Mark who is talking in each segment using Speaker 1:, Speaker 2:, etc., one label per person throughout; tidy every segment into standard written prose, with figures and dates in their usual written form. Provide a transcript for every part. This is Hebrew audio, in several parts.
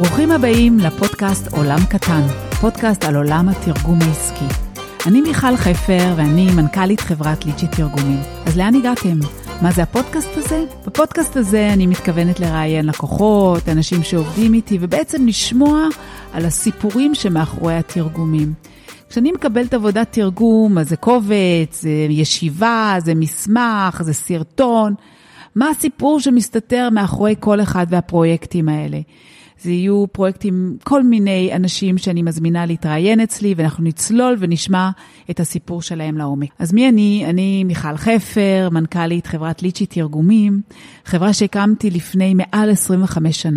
Speaker 1: ברוכים הבאים לפודקאסט עולם קטן, פודקאסט על עולם התרגום העסקי. אני מיכל חפר ואני מנכ"לית חברת ליצ'י תרגומים. אז לאן הגעתם? מה זה הפודקאסט הזה? בפודקאסט הזה אני מתכוונת לראיין לקוחות, אנשים שעובדים איתי, ובעצם לשמוע על הסיפורים שמאחורי התרגומים. כשאני מקבלת עבודת תרגום, אז זה קובץ, זה ישיבה, זה מסמך, זה סרטון. מה הסיפור שמסתתר מאחורי כל אחד והפרויקטים האלה? זה יהיו פרויקטים, כל מיני אנשים שאני מזמינה להתראיין אצלי, ואנחנו נצלול ונשמע את הסיפור שלהם לעומק. אז מי אני? אני מיכל חפר, מנכ"לית חברת ליצ'י תרגומים, חברה שהקמתי לפני מעל 25 שנה.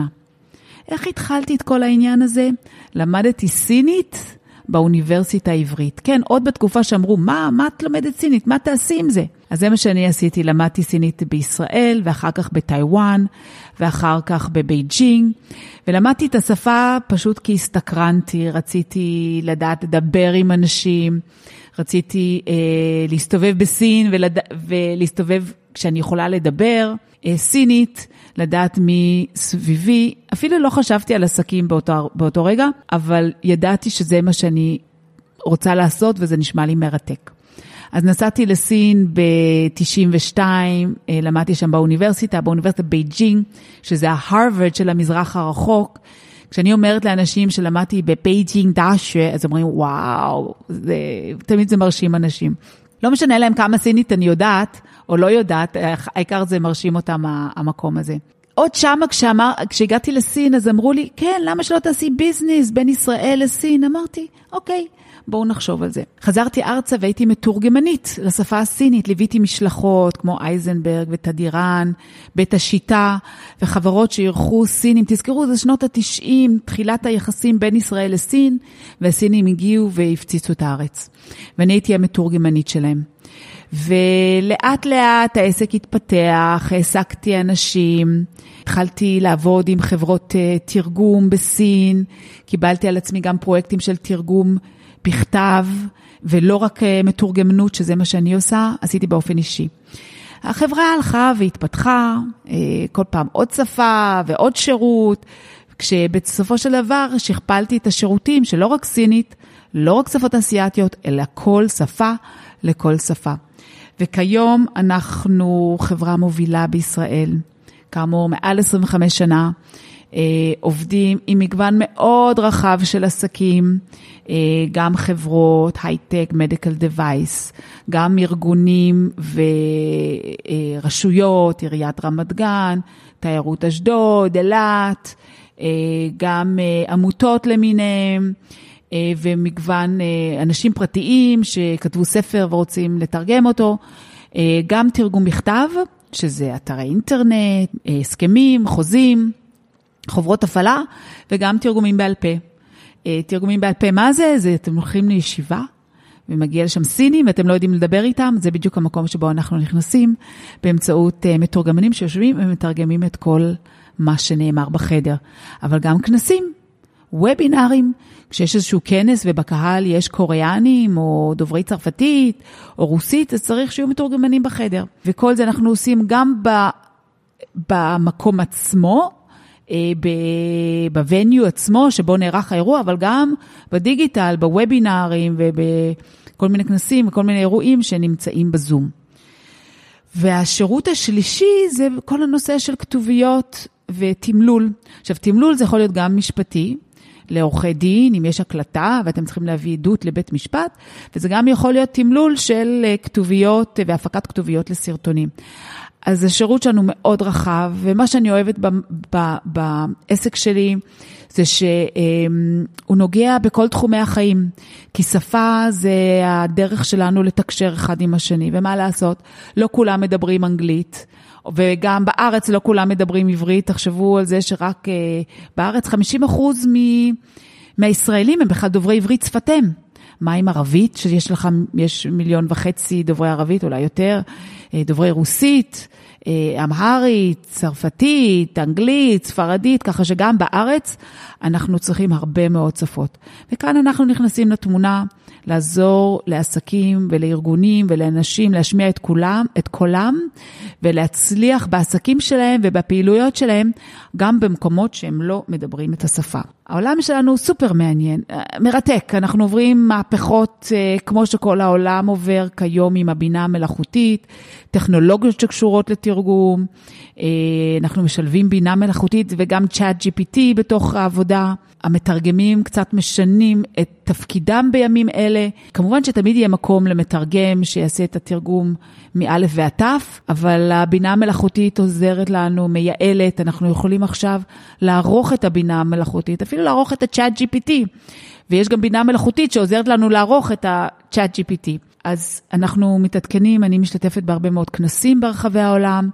Speaker 1: איך התחלתי את כל העניין הזה? למדתי סינית באוניברסיטה העברית. כן, עוד בתקופה שאמרו, מה את לומדת סינית? מה תעשי עם זה? אז זה מה שאני עשיתי, למדתי סינית בישראל, ואחר כך בטיואן, ואחר כך בבייג'ינג, ולמדתי את השפה פשוט כי הסתקרנתי, רציתי לדעת לדבר עם אנשים, רציתי להסתובב בסין, ולהסתובב כשאני יכולה לדבר סינית, לדעת מי סביבי. אפילו לא חשבתי על עסקים באותו רגע, אבל ידעתי שזה מה שאני רוצה לעשות, וזה נשמע לי מרתק. אז נסעתי לסין ב-92, למדתי שם באוניברסיטת בייג'ינג, שזה ההרווארד של המזרח הרחוק. כשאני אומרת לאנשים שלמדתי בבייג'ינג דאשה, אז אומרים, וואו, תמיד זה מרשים אנשים. לא משנה להם כמה סינית אני יודעת, או לא יודעת, העיקר זה מרשים אותם המקום הזה. עוד שמה כשהגעתי לסין, אז אמרו לי, כן, למה שלא תעשי ביזנס בין ישראל לסין? אמרתי, אוקיי. בואו נחשוב על זה. חזרתי ארצה והייתי מתורגמנית לשפה הסינית, ליוויתי משלחות כמו אייזנברג ותדירן, בית השיטה וחברות שירכו סינים. תזכרו, זה שנות ה-90, תחילת היחסים בין ישראל לסין, והסינים הגיעו והפציצו את הארץ. ואני הייתי המתורגמנית שלהם. ולאט לאט העסק התפתח, העסקתי אנשים, התחלתי לעבוד עם חברות תרגום בסין, קיבלתי על עצמי גם פרויקטים של תרגום בכתב, ולא רק מתורגמנות, שזה מה שאני עושה, עשיתי באופן אישי. החברה הלכה והתפתחה, כל פעם עוד שפה ועוד שירות, כשבסופו של דבר שכפלתי את השירותים שלא רק סינית, לא רק שפות אסיאתיות, אלא כל שפה לכל שפה. וכיום אנחנו חברה מובילה בישראל, כאמור מעל 25 שנה, עובדים עם מגוון מאוד רחב של עסקים, גם חברות, הייטק, מדיקל דווייס, גם ארגונים ורשויות, עיריית רמת גן, תיירות אשדוד, אילת, גם עמותות למיניהם, ומגוון אנשים פרטיים שכתבו ספר ורוצים לתרגם אותו, גם תרגום בכתב, שזה אתרי אינטרנט, הסכמים, חוזים, חוברות הפעלה, וגם תרגומים בעל פה. תרגומים בעל פה, מה זה? זה אתם הולכים לישיבה, ומגיע לשם סינים, ואתם לא יודעים לדבר איתם, זה בדיוק המקום שבו אנחנו נכנסים, באמצעות מתורגמנים שיושבים ומתרגמים את כל מה שנאמר בחדר. אבל גם כנסים, וובינרים, כשיש איזשהו כנס ובקהל יש קוריאנים, או דוברי צרפתית, או רוסית, אז צריך שיהיו מתורגמנים בחדר. וכל זה אנחנו עושים גם במקום עצמו, בווניו עצמו שבו נערך האירוע, אבל גם בדיגיטל, בוובינרים ובכל מיני כנסים וכל מיני אירועים שנמצאים בזום. והשירות השלישי זה כל הנושא של כתוביות ותמלול. עכשיו, תמלול זה יכול להיות גם משפטי, לעורכי דין, אם יש הקלטה ואתם צריכים להביא עדות לבית משפט, וזה גם יכול להיות תמלול של כתוביות והפקת כתוביות לסרטונים. אז השירות שלנו מאוד רחב, ומה שאני אוהבת בעסק שלי, זה שהוא נוגע בכל תחומי החיים, כי שפה זה הדרך שלנו לתקשר אחד עם השני, ומה לעשות? לא כולם מדברים אנגלית, וגם בארץ לא כולם מדברים עברית, תחשבו על זה שרק בארץ 50% מהישראלים הם בכלל דוברי עברית שפתם. מה עם ערבית, שיש 1.5 מיליון דוברי ערבית, אולי יותר, דוברי רוסית, אמהרית, צרפתית, אנגלית, ספרדית, ככה שגם בארץ אנחנו צריכים הרבה מאוד שפות. וכאן אנחנו נכנסים לתמונה, לעזור לעסקים ולארגונים ולאנשים להשמיע את קולם, ולהצליח בעסקים שלהם ובפעילויות שלהם, גם במקומות שהם לא מדברים את השפה. העולם שלנו סופר מעניין, מרתק. אנחנו עוברים מהפכות כמו שכל העולם עובר כיום עם הבינה המלאכותית, טכנולוגיות שקשורות לתרגום, אנחנו משלבים בינה מלאכותית וגם צ'אט GPT בתוך העבודה. המתרגמים קצת משנים את תפקידם בימים אלה. כמובן שתמיד יהיה מקום למתרגם שיעשה את התרגום מאלף ועד תף, אבל הבינה המלאכותית עוזרת לנו, מייעלת. אנחנו יכולים עכשיו לערוך את הבינה המלאכותית, אפילו לערוך את הצ'אט GPT. ויש גם בינה מלאכותית שעוזרת לנו לערוך את הצ'אט GPT. אז אנחנו מתעדכנים, אני משתתפת בהרבה מאוד כנסים ברחבי העולם,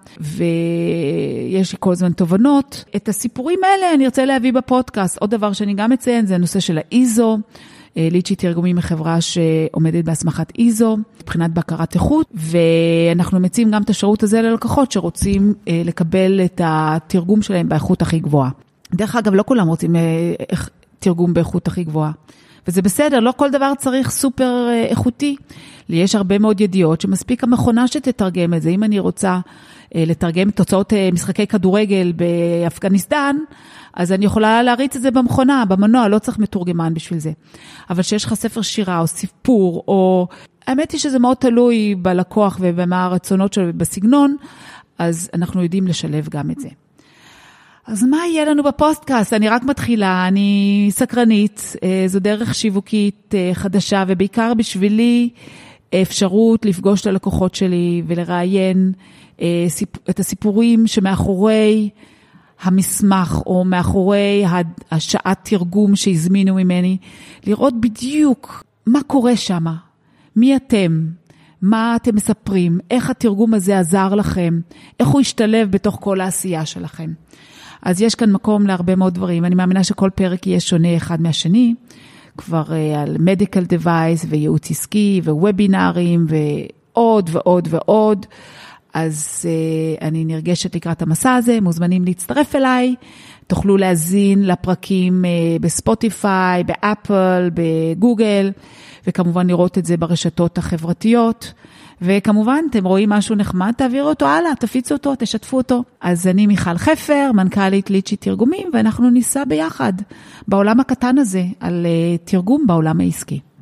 Speaker 1: ויש לי כל הזמן תובנות. את הסיפורים האלה אני רוצה להביא בפודקאסט. עוד דבר שאני גם מציין, זה הנושא של האיזו. ליצ'י תרגומים מחברה שעומדת בהסמכת איזו, מבחינת בקרת איכות, ואנחנו מציעים גם את השירות הזה ללקוחות שרוצים לקבל את התרגום שלהם באיכות הכי גבוהה. דרך אגב, לא כולם רוצים תרגום באיכות הכי גבוהה. וזה בסדר, לא כל דבר צריך סופר איכותי. לי יש הרבה מאוד ידיעות שמספיק המכונה שתתרגם את זה. אם אני רוצה לתרגם תוצאות משחקי כדורגל באפגניסטן, אז אני יכולה להריץ את זה במכונה, במנוע, לא צריך מתורגמן בשביל זה. אבל שיש לך ספר שירה או סיפור, או האמת היא שזה מאוד תלוי בלקוח ובמה הרצונות שלו ובסגנון, אז אנחנו יודעים לשלב גם את זה. אז מה יהיה לנו בפודקאסט? אני רק מתחילה, אני סקרנית, זו דרך שיווקית חדשה, ובעיקר בשבילי אפשרות לפגוש את הלקוחות שלי ולראיין את הסיפורים שמאחורי המסמך, או מאחורי השעת תרגום שהזמינו ממני, לראות בדיוק מה קורה שם, מי אתם, מה אתם מספרים, איך התרגום הזה עזר לכם, איך הוא השתלב בתוך כל העשייה שלכם. אז יש כאן מקום להרבה מאוד דברים. אני מאמינה שכל פרק יהיה שונה אחד מהשני, כבר על medical device וייעוץ עסקי ווובינרים ועוד ועוד ועוד. אז אני נרגשת לקראת המסע הזה, מוזמנים להצטרף אליי, תוכלו להזין לפרקים בספוטיפיי, באפל, בגוגל, וכמובן לראות את זה ברשתות החברתיות. וכמובן, אתם רואים משהו נחמד, תעבירו אותו הלאה, תפיצו אותו, תשתפו אותו. אז אני מיכל חפר, מנכ"לית ליצ'י תרגומים, ואנחנו ניסע ביחד בעולם הקטן הזה על תרגום בעולם העסקי.